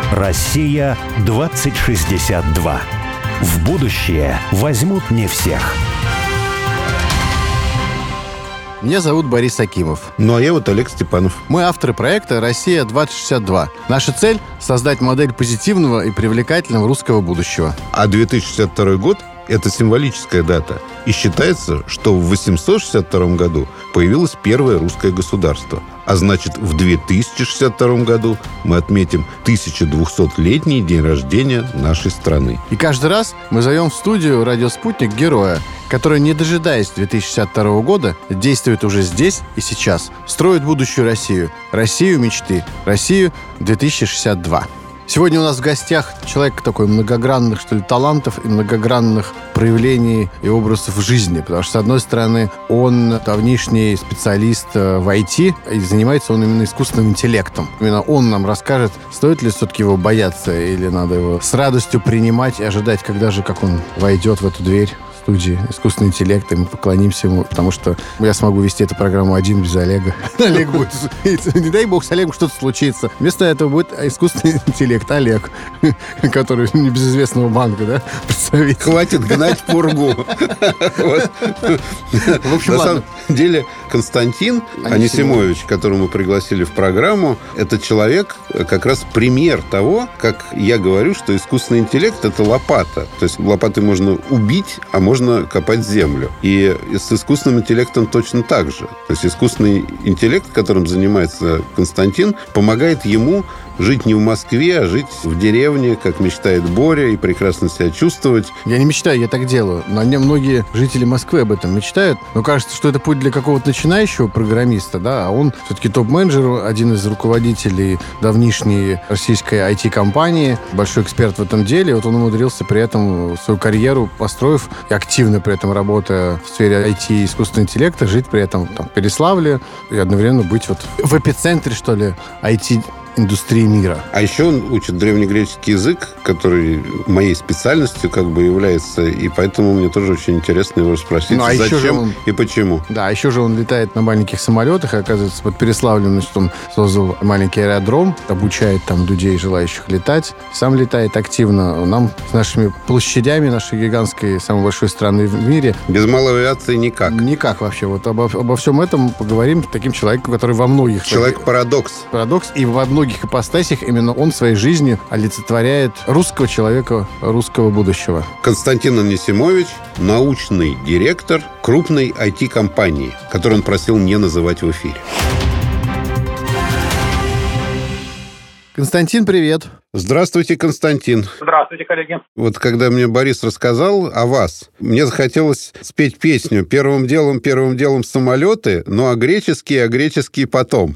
Россия 2062. В будущее возьмут не всех. Меня зовут Борис Акимов. Ну, а я вот Олег Степанов. Мы авторы проекта «Россия-2062». Наша цель – создать модель позитивного и привлекательного русского будущего. А 2062 год – это символическая дата. И считается, что в 862 году появилось первое русское государство. А значит, в 2062 году мы отметим 1200-летний день рождения нашей страны. И каждый раз мы зовем в студию «Радио Спутник» героя, который, не дожидаясь 2062 года, действует уже здесь и сейчас, строит будущую Россию. Россию мечты. Россию 2062. Сегодня у нас в гостях человек такой многогранных, что ли, талантов и многогранных проявлений и образов в жизни. Потому что, с одной стороны, он давнишний специалист в IT, и занимается он именно искусственным интеллектом. Именно он нам расскажет, стоит ли все-таки его бояться, или надо его с радостью принимать и ожидать, когда же, как он войдет в эту дверь студии «Искусственный интеллект», и мы поклонимся ему, потому что я смогу вести эту программу один, без Олега. Олег будет... Не дай бог, с Олегом что-то случится. Вместо этого будет искусственный интеллект Олег, который небезызвестного банка, да, представитель. Хватит гнать пургу. В общем, на самом деле, Константин Анисимович, которого мы пригласили в программу, это человек, как раз пример того, как я говорю, что искусственный интеллект — это лопата. То есть лопатой можно убить, а можно копать землю. И с искусственным интеллектом точно так же. То есть искусственный интеллект, которым занимается Константин, помогает ему жить не в Москве, а жить в деревне, как мечтает Боря, и прекрасно себя чувствовать. Я не мечтаю, я так делаю. Но многие жители Москвы об этом мечтают. Но кажется, что это путь для какого-то начинающего программиста, да, а он все-таки топ-менеджер, один из руководителей давнишней российской IT-компании, большой эксперт в этом деле. Вот он умудрился при этом свою карьеру, построив и активно при этом работая в сфере IT и искусственного интеллекта, жить при этом там, в Переславле и одновременно быть вот в эпицентре, что ли, IT индустрии мира. А еще он учит древнегреческий язык, который моей специальностью как бы является, и поэтому мне тоже очень интересно его спросить, зачем и почему. Да, а еще же он летает на маленьких самолетах, и, оказывается, под Переславлем, значит, он создал маленький аэродром, обучает там людей, желающих летать, сам летает активно. Нам с нашими площадями, нашей гигантской, самой большой страны в мире... Без малой авиации никак. Никак вообще. Вот обо всем этом поговорим с таким человеком, который во многих... Человек-парадокс. Парадокс, и во многих ипостасях именно он своей жизнью олицетворяет русского человека, русского будущего. Константин Анисимович – научный директор крупной IT-компании, которую он просил не называть в эфире. Константин, привет. Здравствуйте, Константин. Здравствуйте, коллеги. Вот когда мне Борис рассказал о вас, мне захотелось спеть песню «Первым делом самолеты», ну а греческие потом.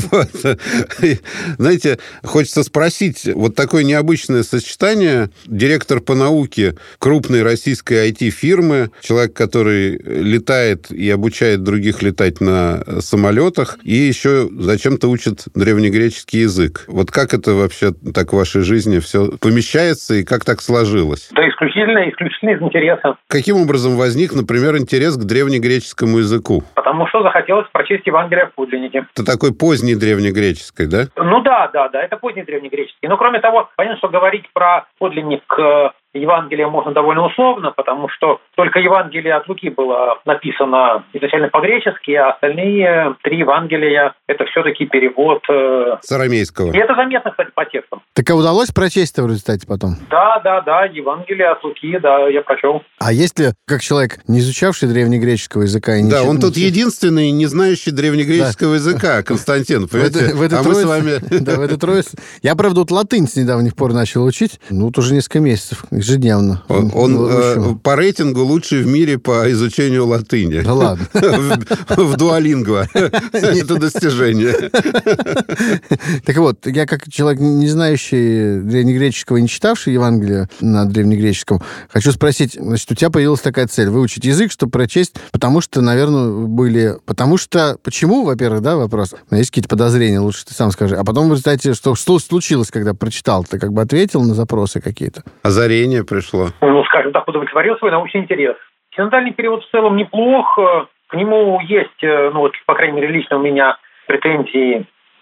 Знаете, хочется спросить, вот такое необычное сочетание: директор по науке крупной российской IT-фирмы, человек, который летает и обучает других летать на самолетах, и еще зачем-то учит древнегреческий язык. Вот как это вообще так в вашей жизни все помещается, и как так сложилось? Да, исключительно из интереса. Каким образом возник, например, интерес к древнегреческому языку? Потому что захотелось прочесть Евангелие в подлиннике. Это такой поздний древнегреческий, да? Ну да, это поздний древнегреческий. Но кроме того, понятно, что говорить про подлинник Евангелия можно довольно условно, потому что только Евангелие от Луки было написано изначально по-гречески, а остальные 3 Евангелия – это все-таки перевод с арамейского. И это заметно, кстати, по текстам. Так а удалось прочесть-то в результате потом? Да, Евангелие от Луки, да, я прочел. А есть ли, как человек, не изучавший древнегреческого языка... Да, он тут единственный, не знающий древнегреческого языка, Константин, понимаете? Мы с вами... Да, в этой троице. Я, правда, вот латынь с недавних пор начал учить, вот уже несколько месяцев, ежедневно. Он по рейтингу лучший в мире по изучению латыни. Да ладно. В Дуолингво. Это достижение. Так вот, я как человек, не знающий древнегреческого и не читавший Евангелие на древнегреческом, хочу спросить, значит, у тебя появилась такая цель — выучить язык, чтобы прочесть, потому что, наверное, почему, во-первых, да, вопрос? У меня есть какие-то подозрения, лучше ты сам скажи. А потом, в результате, что случилось, когда прочитал? Ты как бы ответил на запросы какие-то? Озарение пришло. Ну, скажем так, удовлетворил свой научный интерес. Синодальный перевод в целом неплох. К нему есть, по крайней мере, лично у меня претензии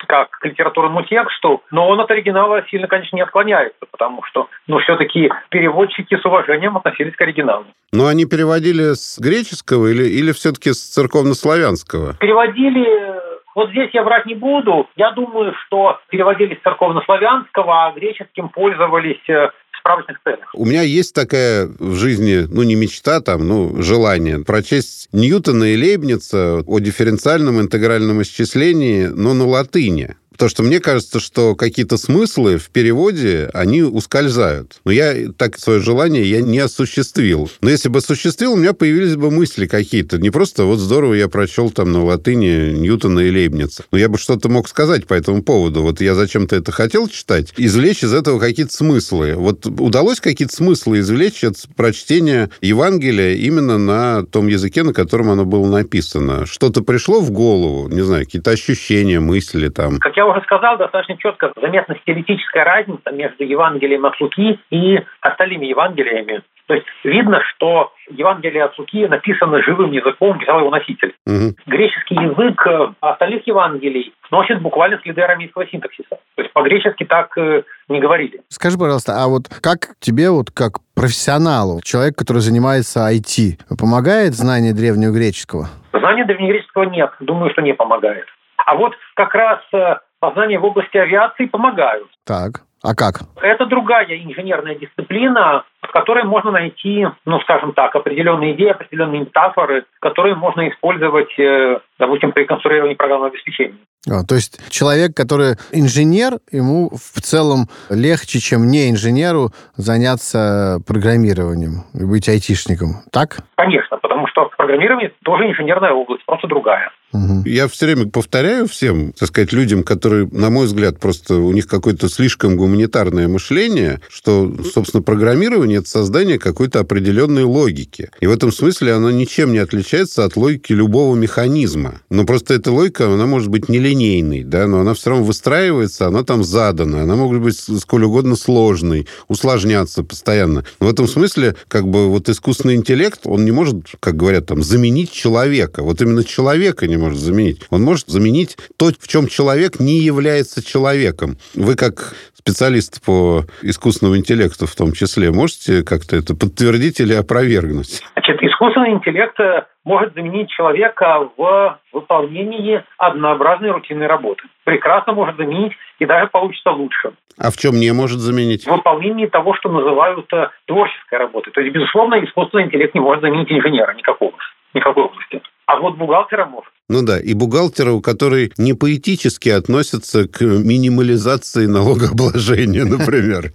как к литературному тексту, но он от оригинала сильно, конечно, не отклоняется, потому что, все-таки переводчики с уважением относились к оригиналу. Но они переводили с греческого или все-таки с церковнославянского? Переводили... Вот здесь я врать не буду. Я думаю, что переводили с церковнославянского, а греческим пользовались в справочных целях. У меня есть такая в жизни, не мечта, желание прочесть Ньютона и Лейбница о дифференциальном интегральном исчислении, но на латыни. Потому что мне кажется, что какие-то смыслы в переводе, они ускользают. Но я так свое желание я не осуществил. Но если бы осуществил, у меня появились бы мысли какие-то. Не просто здорово я прочел на латыни Ньютона и Лейбница. Но я бы что-то мог сказать по этому поводу. Я зачем-то это хотел читать. Извлечь из этого какие-то смыслы. Удалось какие-то смыслы извлечь от прочтения Евангелия именно на том языке, на котором оно было написано. Что-то пришло в голову? Не знаю, какие-то ощущения, мысли там. Как я уже сказал, достаточно четко заметна стилистическая разница между Евангелием от Луки и остальными Евангелиями. То есть видно, что Евангелие от Луки написано живым языком, писал его носитель. Угу. Греческий язык остальных Евангелий носит буквально следы арамейского синтаксиса. То есть по-гречески так не говорили. Скажи, пожалуйста, а как тебе, как профессионалу, человек, который занимается IT, помогает знание древнегреческого? Знание древнегреческого нет. Думаю, что не помогает. А как раз познания в области авиации помогают. Так, а как? Это другая инженерная дисциплина, в которой можно найти, определенные идеи, определенные метафоры, которые можно использовать, допустим, при конструировании программного обеспечения. То есть человек, который инженер, ему в целом легче, чем не инженеру, заняться программированием и быть айтишником, так? Конечно, потому что программирование тоже инженерная область, просто другая. Угу. Я все время повторяю всем, людям, которые, на мой взгляд, просто у них какое-то слишком гуманитарное мышление, что, собственно, программирование – это создание какой-то определенной логики. И в этом смысле она ничем не отличается от логики любого механизма. Но просто эта логика, она может быть нелинейной, да, но она все равно выстраивается, она там задана, она может быть сколь угодно сложной, усложняться постоянно. Но в этом смысле, искусственный интеллект, он не может, как говорят, заменить человека. Именно человека не может заменить. Он может заменить то, в чем человек не является человеком. Вы, как специалист по искусственному интеллекту в том числе, можете как-то это подтвердить или опровергнуть? Искусственный интеллект может заменить человека в выполнении однообразной рутинной работы. Прекрасно может заменить, и даже получится лучше. А в чем не может заменить? В выполнении того, что называют творческой работой. То есть, безусловно, искусственный интеллект не может заменить инженера никакой области. А бухгалтера может. И бухгалтера, который не поэтически относится к минимализации налогообложения, например.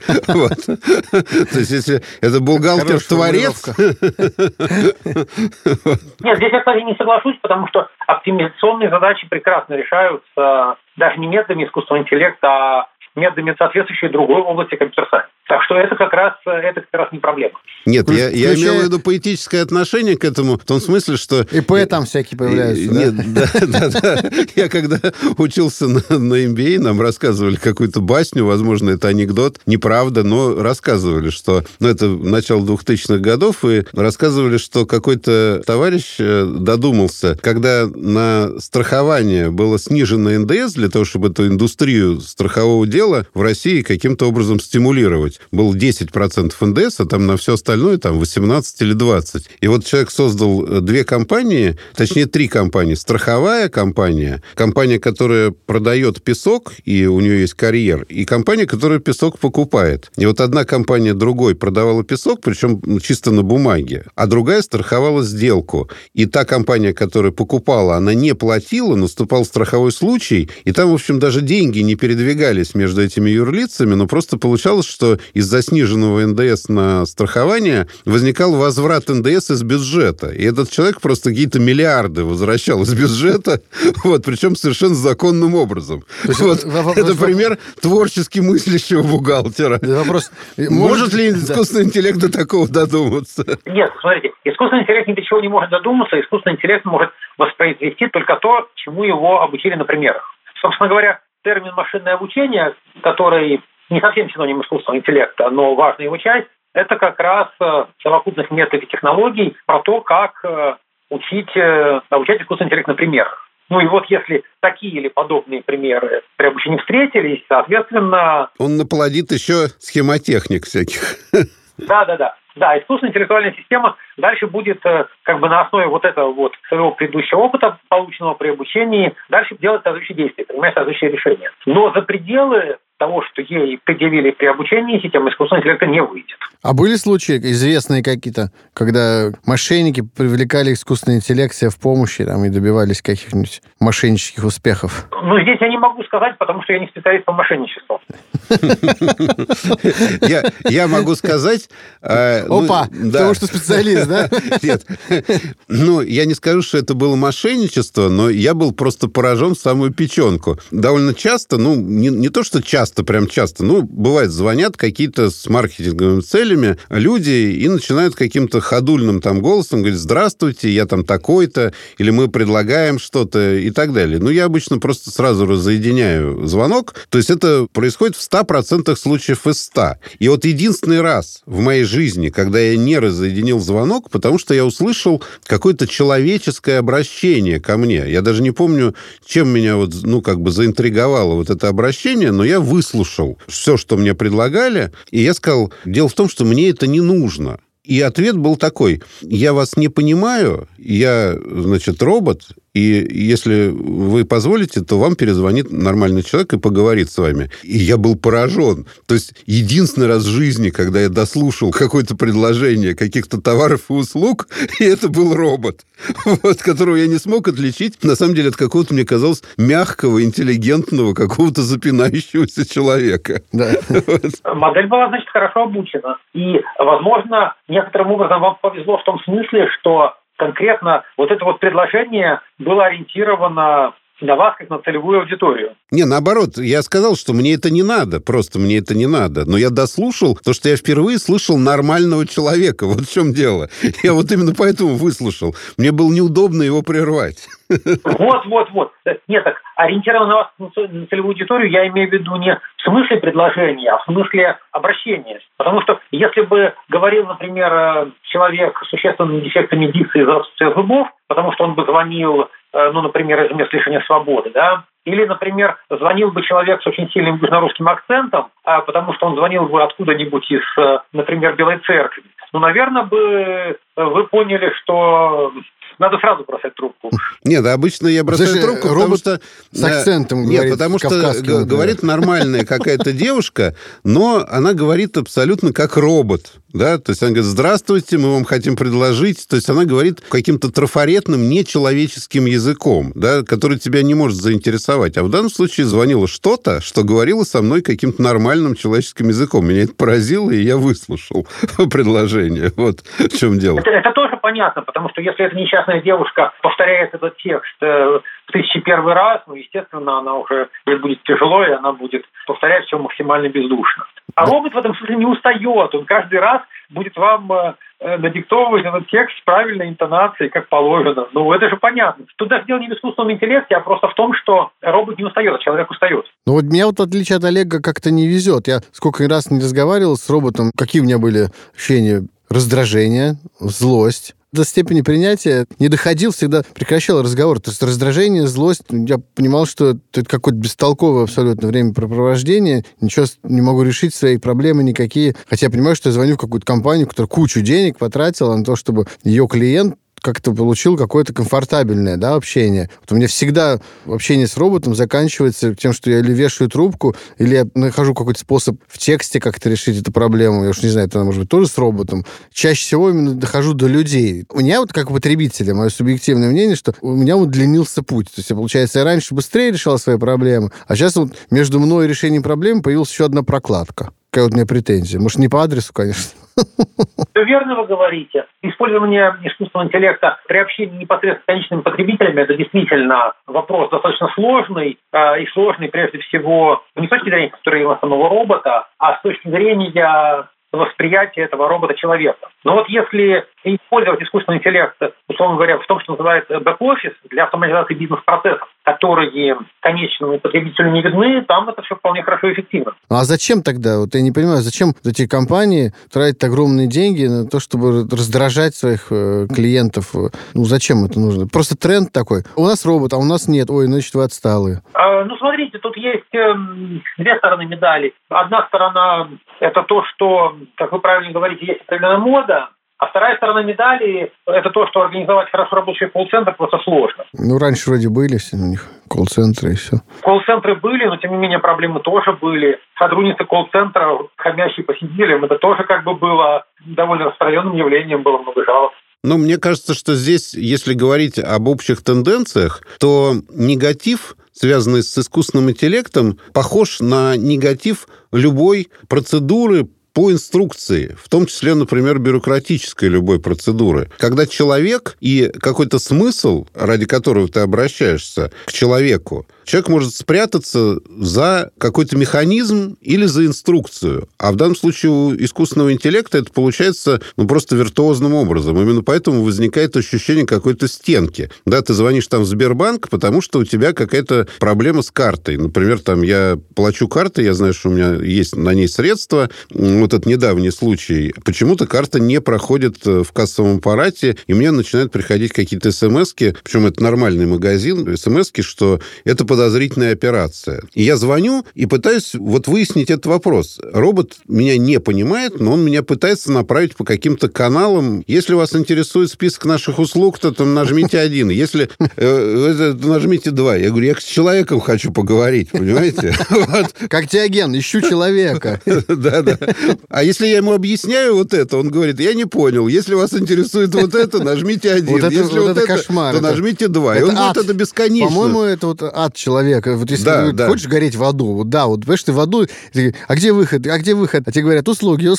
То есть, если это бухгалтер-творец... Нет, здесь я, кстати, не соглашусь, потому что оптимизационные задачи прекрасно решаются даже не методами искусственного интеллекта, а методами соответствующей другой области компьютер-сайенса. Так что это как раз не проблема. Нет, я имел в виду поэтическое отношение к этому, в том смысле, что... ИП там всякие появляются, да? Нет, да. Я когда учился на MBA, нам рассказывали какую-то басню, возможно, это анекдот, неправда, но рассказывали, что... это начало 2000-х годов, и рассказывали, что какой-то товарищ додумался, когда на страхование было снижено НДС для того, чтобы эту индустрию страхового дела в России каким-то образом стимулировать. Был 10% НДС, а там на все остальное 18 или 20. И человек создал 2 компании, точнее 3 компании. Страховая компания, которая продает песок, и у нее есть карьер, и компания, которая песок покупает. И одна компания другой продавала песок, причем чисто на бумаге, а другая страховала сделку. И та компания, которая покупала, она не платила, наступал страховой случай, и там, в общем, даже деньги не передвигались между этими юрлицами, но просто получалось, что из-за сниженного НДС на страхование возникал возврат НДС из бюджета. И этот человек просто какие-то миллиарды возвращал из бюджета, причем совершенно законным образом. Это пример творчески мыслящего бухгалтера. Вопрос, может ли искусственный интеллект до такого додуматься? Нет, смотрите, искусственный интеллект ни до чего не может додуматься, искусственный интеллект может воспроизвести только то, чему его обучили на примерах. Собственно говоря, термин «машинное обучение», который не совсем синоним искусственного интеллекта, но важная его часть, это как раз совокупность методов и технологий про то, как обучать искусственный интеллект на примерах. Ну и вот если такие или подобные примеры при обучении встретились, соответственно... Он наплодит еще схемотехник всяких. Да. Да, искусственная интеллектуальная система дальше будет как бы на основе вот этого вот своего предыдущего опыта, полученного при обучении, дальше делать соответствующие действия, принимать соответствующие решения. Но за пределы того, что ей предъявили при обучении, система искусственного интеллекта не выйдет. А были случаи известные какие-то, когда мошенники привлекали искусственный интеллект себе в помощи там, и добивались каких-нибудь мошеннических успехов? Ну, здесь я не могу сказать, потому что я не специалист по мошенничеству. Я могу сказать... Опа, потому что специалист, да? Нет. Ну, я не скажу, что это было мошенничество, но я был просто поражен в самую печенку. Довольно часто, ну, не то, что прям часто, ну, бывает, звонят какие-то с маркетинговыми целями люди и начинают каким-то ходульным там голосом говорить: здравствуйте, я там такой-то, или мы предлагаем что-то и так далее. Ну, я обычно просто сразу разъединяю звонок. То есть это происходит в 100% случаев из 100. И вот единственный раз в моей жизни, когда я не разъединил звонок, потому что я услышал какое-то человеческое обращение ко мне. Я даже не помню, чем меня вот, ну, как бы заинтриговало вот это обращение, но я выслушал все, что мне предлагали, и я сказал: дело в том, что мне это не нужно. И ответ был такой: я вас не понимаю, я, значит, робот, и если вы позволите, то вам перезвонит нормальный человек и поговорит с вами. И я был поражен. То есть единственный раз в жизни, когда я дослушал какое-то предложение каких-то товаров и услуг, и это был робот, вот, которого я не смог отличить, на самом деле, от какого-то, мне казалось, мягкого, интеллигентного, какого-то запинающегося человека. Да. Вот. Модель была, значит, хорошо обучена. И, возможно, некоторым образом вам повезло в том смысле, что конкретно вот это вот предложение было ориентировано на вас как на целевую аудиторию. Не, наоборот, я сказал, что мне это не надо, просто мне это не надо. Но я дослушал, то, что я впервые слышал нормального человека. Вот в чем дело. Я вот именно поэтому выслушал. Мне было неудобно его прервать. Вот. Нет, так ориентировано на вас на целевую аудиторию я имею в виду не в смысле предложения, а в смысле обращения. Потому что если бы говорил, например, человек с существенными дефектами дикции из-за отсутствия зубов, потому что он бы звонил, ну, например, из мест лишения свободы, да, или, например, звонил бы человек с очень сильным южнорусским акцентом, потому что он звонил бы откуда-нибудь из, например, Белой Церкви, ну, наверное, бы вы поняли, что надо сразу бросать трубку. Нет, обычно я бросаю трубку, потому что... с акцентом говорит. Нет, потому что говорит нормальная какая-то девушка, но она говорит абсолютно как робот. Да? То есть она говорит: здравствуйте, мы вам хотим предложить. То есть она говорит каким-то трафаретным, нечеловеческим языком, да, который тебя не может заинтересовать. А в данном случае звонило что-то, что говорило со мной каким-то нормальным человеческим языком. Меня это поразило, и я выслушал предложение. Вот в чем дело. Это тоже понятно, потому что если это несчастная девушка повторяет этот текст в 1001 раз, ну, естественно, она уже ей будет тяжело, и она будет повторять все максимально бездушно. А робот в этом смысле не устает. Он каждый раз будет вам надиктовывать этот текст с правильной интонацией, как положено. Ну, это же понятно. Тут даже дело не в искусственном интеллекте, а просто в том, что робот не устает, а человек устает. Ну, вот меня вот, в отличие от Олега, как-то не везет. Я сколько раз не разговаривал с роботом, какие у меня были ощущения: раздражение, злость. До степени принятия не доходил, всегда прекращал разговор. То есть раздражение, злость, я понимал, что это какое-то бестолковое абсолютно времяпрепровождение, ничего не могу решить, свои проблемы никакие. Хотя я понимаю, что я звоню в какую-то компанию, которая кучу денег потратила на то, чтобы ее клиент как-то получил какое-то комфортабельное, да, общение. Вот у меня всегда общение с роботом заканчивается тем, что я или вешаю трубку, или я нахожу какой-то способ в тексте как-то решить эту проблему. Я уж не знаю, это может быть тоже с роботом. Чаще всего именно дохожу до людей. У меня вот как у потребителя, мое субъективное мнение, что у меня удлинился путь. То есть, получается, я раньше быстрее решал свои проблемы, а сейчас вот между мной и решением проблем появилась еще одна прокладка. Какая вот у меня претензия. Может, не по адресу, конечно. Все верно вы говорите. Использование искусственного интеллекта при общении непосредственно с конечными потребителями — это действительно вопрос достаточно сложный, и сложный прежде всего не с точки зрения конструирования самого робота, а с точки зрения восприятия этого робота человека. Но вот если и использовать искусственный интеллект, условно говоря, в том, что называется бэк-офис, для автоматизации бизнес-процессов, которые конечному потребителю не видны, там это все вполне хорошо и эффективно. А зачем тогда? Вот я не понимаю, зачем эти компании тратят огромные деньги на то, чтобы раздражать своих клиентов? Ну, зачем это нужно? Просто тренд такой. У нас робот, а у нас нет. Ой, значит, вы отсталые. Ну, смотрите, тут есть две стороны медали. Одна сторона – это то, что, как вы правильно говорите, есть определенная мода, а вторая сторона медали – это то, что организовать хорошо работающий колл-центр просто сложно. Ну, раньше вроде были у них колл-центры и все. Колл-центры были, но, тем не менее, проблемы тоже были. Сотрудницы колл-центра, ходящие посетителям, это тоже как бы было довольно распространенным явлением, было много жалоб. Но мне кажется, что здесь, если говорить об общих тенденциях, то негатив, связанный с искусственным интеллектом, похож на негатив любой процедуры по инструкции, в том числе, например, бюрократической любой процедуры. Когда человек и какой-то смысл, ради которого ты обращаешься к человеку, человек может спрятаться за какой-то механизм или за инструкцию. А в данном случае у искусственного интеллекта это получается просто виртуозным образом. Именно поэтому возникает ощущение какой-то стенки. Да, ты звонишь там в Сбербанк, потому что у тебя какая-то проблема с картой. Например, там я плачу картой, я знаю, что у меня есть на ней средства. Вот этот недавний случай. Почему-то карта не проходит в кассовом аппарате, и мне начинают приходить какие-то смски, причем это нормальный магазин, смски, что это подозрительная операция. И я звоню и пытаюсь выяснить этот вопрос. Робот меня не понимает, но он меня пытается направить по каким-то каналам. Если вас интересует список наших услуг, то там нажмите 1. Если нажмите 2. Я говорю, я с человеком хочу поговорить, понимаете? Как Диоген, ищу человека. Да-да. А если я ему объясняю это, он говорит, я не понял. Если вас интересует это, нажмите 1. Если это кошмар. То нажмите 2. И он говорит, это бесконечно. По-моему, это ад человека. Если ты хочешь гореть в аду, понимаешь, ты в аду, а где выход? А тебе говорят, услуги,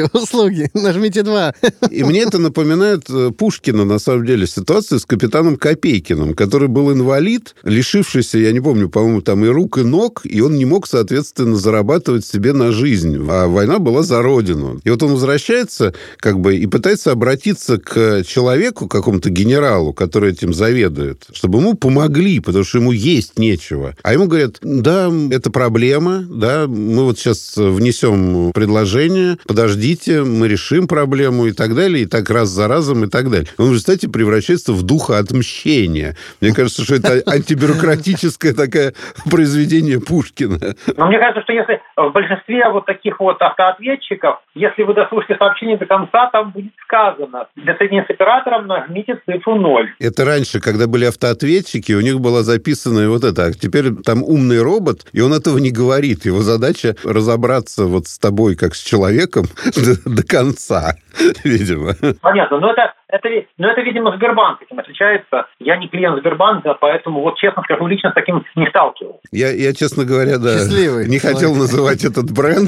нажмите 2. И мне это напоминает Пушкина, на самом деле, ситуацию с капитаном Копейкиным, который был инвалид, лишившийся, я не помню, по-моему, там и рук, и ног, и он не мог, соответственно, зарабатывать себе на жизнь. А война была за родину. И он возвращается, и пытается обратиться к человеку, какому-то генералу, который этим заведует, чтобы ему помогли, потому что ему есть нечего. А ему говорят, да, это проблема, да, мы сейчас внесем предложение, подождите, мы решим проблему и так далее, и так раз за разом и так далее. Он в результате превращается в духа отмщения. Мне кажется, что это антибюрократическое такое произведение Пушкина. Но мне кажется, что если в большинстве таких автоответчиков, если вы дослушаете сообщение до конца, там будет сказано, для соединения с оператором нажмите цифру 0. Это раньше, когда были автоответчики, у них была записана это. А теперь там умный робот, и он этого не говорит. Его задача разобраться с тобой, как с человеком, до конца, видимо. Понятно. Но это, видимо, Сбербанк этим отличается. Я не клиент Сбербанка, поэтому, честно скажу, лично с таким не сталкивался. Я, честно говоря, счастливый не хотел называть этот бренд.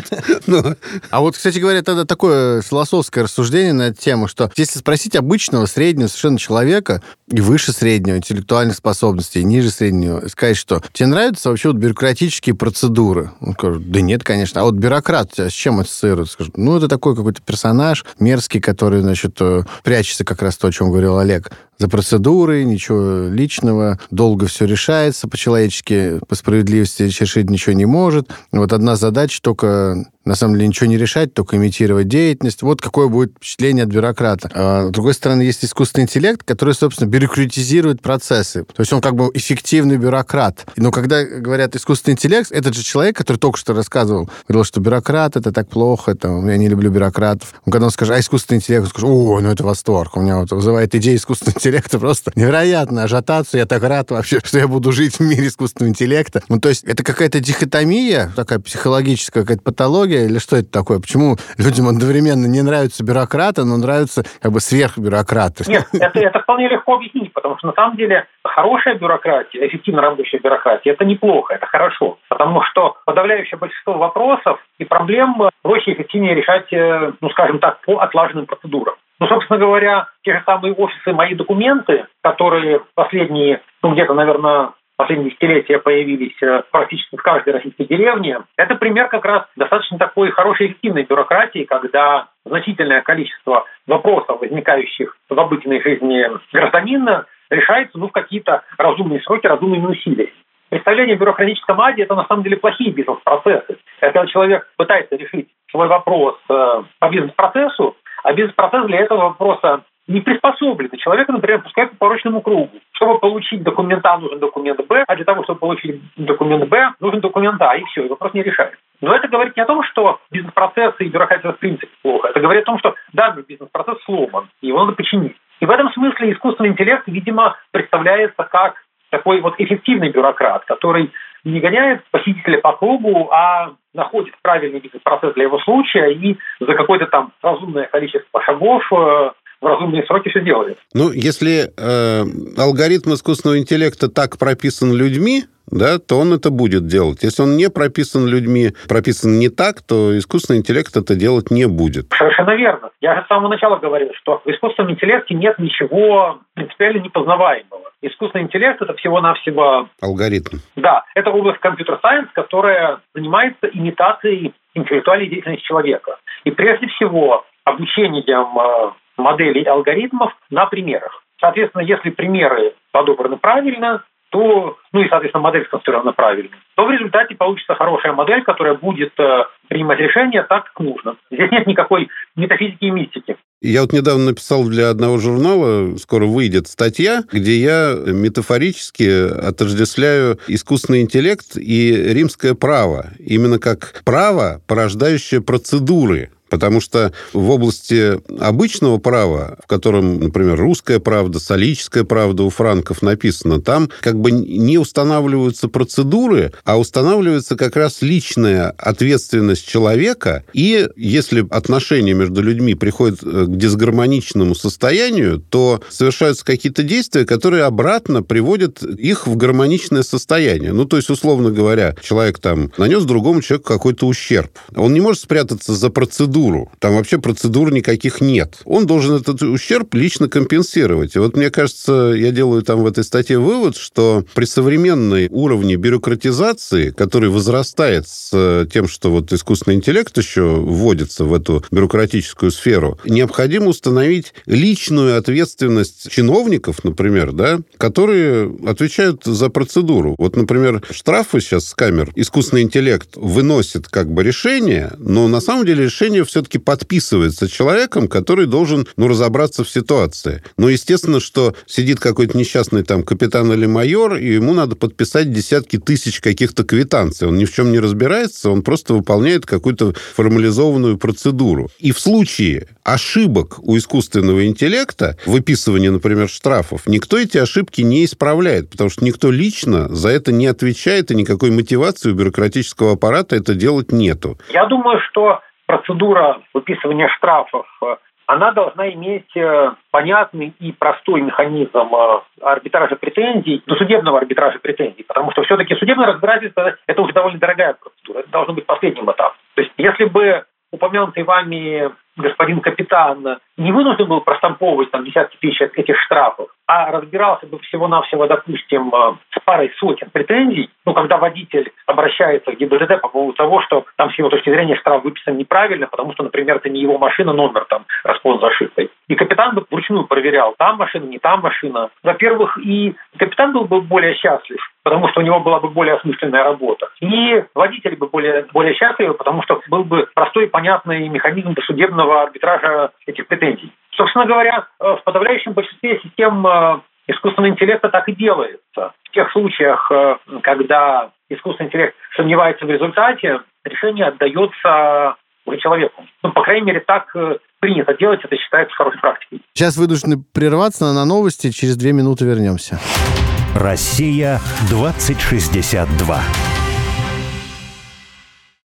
А кстати говоря, тогда такое философское рассуждение на эту тему, что если спросить обычного, среднего совершенно человека, и выше среднего интеллектуальных способностей, и ниже среднего, сказать, что тебе нравятся вообще бюрократические процедуры? Он скажет, да нет, конечно. А бюрократ с чем ассоциирует? Скажет, это такой какой-то персонаж мерзкий, который, прячется как раз то, о чем говорил Олег. За процедурой, ничего личного, долго все решается по-человечески, по справедливости решить ничего не может. Одна задача только, на самом деле, ничего не решать, только имитировать деятельность. Какое будет впечатление от бюрократа. А с другой стороны, есть искусственный интеллект, который, собственно, бюрократизирует процессы. То есть он эффективный бюрократ. Но когда говорят искусственный интеллект, этот же человек, который только что рассказывал, говорил, что бюрократ — это так плохо, я не люблю бюрократов. Когда он скажет, искусственный интеллект, он скажет, это восторг. У меня вызывает идея искусственного интеллекта просто невероятно ажиотацию. Я так рад вообще, что я буду жить в мире искусственного интеллекта. То есть это какая-то дихотомия, такая психологическая какая-то патология, или что это такое? Почему людям одновременно не нравятся бюрократы, но нравятся сверхбюрократы? Нет, это вполне легко объяснить, потому что на самом деле хорошая бюрократия, эффективно работающая бюрократия, это неплохо, это хорошо. Потому что подавляющее большинство вопросов и проблем проще и эффективнее решать, скажем так, по отлаженным процедурам. Собственно говоря, те же самые офисы «Мои документы», которые последние, где-то, наверное, последние десятилетия появились практически в каждой российской деревне, это пример как раз достаточно такой хорошей эффективной бюрократии, когда значительное количество вопросов, возникающих в обыденной жизни гражданина, решается в какие-то разумные сроки, разумными усилиями. Представление о бюрократическом аде – это на самом деле плохие бизнес-процессы. Это когда человек пытается решить свой вопрос по бизнес-процессу, а бизнес-процесс для этого вопроса не приспособлен. И человека, например, пускают по порочному кругу. Чтобы получить документ А, нужен документ Б, а для того, чтобы получить документ Б, нужен документ А, и все, и вопрос не решается. Но это говорит не о том, что бизнес-процессы и бюрократия в принципе плохо. Это говорит о том, что данный бизнес-процесс сломан, и его надо починить. И в этом смысле искусственный интеллект, видимо, представляется как такой эффективный бюрократ, который не гоняет посетителя по кругу, а находит правильный бизнес-процесс для его случая и за какое-то там разумное количество шагов в разумные сроки все делает. Если алгоритм искусственного интеллекта так прописан людьми, да, то он это будет делать. Если он не прописан людьми, прописан не так, то искусственный интеллект это делать не будет. Совершенно верно. Я же с самого начала говорил, что в искусственном интеллекте нет ничего принципиально непознаваемого. Искусственный интеллект – это всего-навсего... Алгоритм. Да, это область компьютер-сайенс, которая занимается имитацией интеллектуальной деятельности человека. И прежде всего обучением моделей и алгоритмов на примерах. Соответственно, если примеры подобраны правильно, то, и, соответственно, модель сконструирована правильно, то в результате получится хорошая модель, которая будет принимать решения так, как нужно. Здесь нет никакой метафизики и мистики. Я недавно написал для одного журнала, скоро выйдет статья, где я метафорически отождествляю искусственный интеллект и римское право. Именно как право, порождающее процедуры. Потому что в области обычного права, в котором, например, русская правда, солическая правда у франков написано, там не устанавливаются процедуры, а устанавливается как раз личная ответственность человека. И если отношения между людьми приходят к дисгармоничному состоянию, то совершаются какие-то действия, которые обратно приводят их в гармоничное состояние. То есть, условно говоря, человек нанес другому человеку какой-то ущерб. Он не может спрятаться за процедуру. Там вообще процедур никаких нет. Он должен этот ущерб лично компенсировать. И мне кажется, я делаю в этой статье вывод, что при современной уровне бюрократизации, который возрастает с тем, что искусственный интеллект еще вводится в эту бюрократическую сферу, необходимо установить личную ответственность чиновников, например, которые отвечают за процедуру. Например, штрафы сейчас с камер искусственный интеллект выносит решение, но на самом деле решение все-таки подписывается человеком, который должен, разобраться в ситуации. Естественно, что сидит какой-то несчастный капитан или майор, и ему надо подписать десятки тысяч каких-то квитанций. Он ни в чем не разбирается, он просто выполняет какую-то формализованную процедуру. И в случае ошибок у искусственного интеллекта, выписывания, например, штрафов, никто эти ошибки не исправляет, потому что никто лично за это не отвечает, и никакой мотивации у бюрократического аппарата это делать нету. Я думаю, что процедура выписывания штрафов, она должна иметь понятный и простой механизм арбитража претензий, судебного арбитража претензий, потому что все-таки судебное разбирательство – это уже довольно дорогая процедура, это должно быть последним этапом. То есть, если бы упомянутый вами господин капитан не вынужден был проштамповывать десятки тысяч этих штрафов, а разбирался бы всего-навсего, допустим, с парой сотен претензий, когда водитель обращается к ГИБДД по поводу того, что там с его точки зрения штраф выписан неправильно, потому что, например, это не его машина, номер распознан за ошибкой. И капитан бы вручную проверял, там машина, не там машина. Во-первых, и капитан был бы более счастлив, потому что у него была бы более осмысленная работа. И водители бы более счастливы, потому что был бы простой и понятный механизм досудебного арбитража этих претензий. Собственно говоря, в подавляющем большинстве систем искусственного интеллекта так и делается. В тех случаях, когда искусственный интеллект сомневается в результате, решение отдается уже человеку. По крайней мере, так принято делать, это считается хорошей практикой. Сейчас вынуждены прерваться на новости, через 2 минуты вернемся. Россия 2062.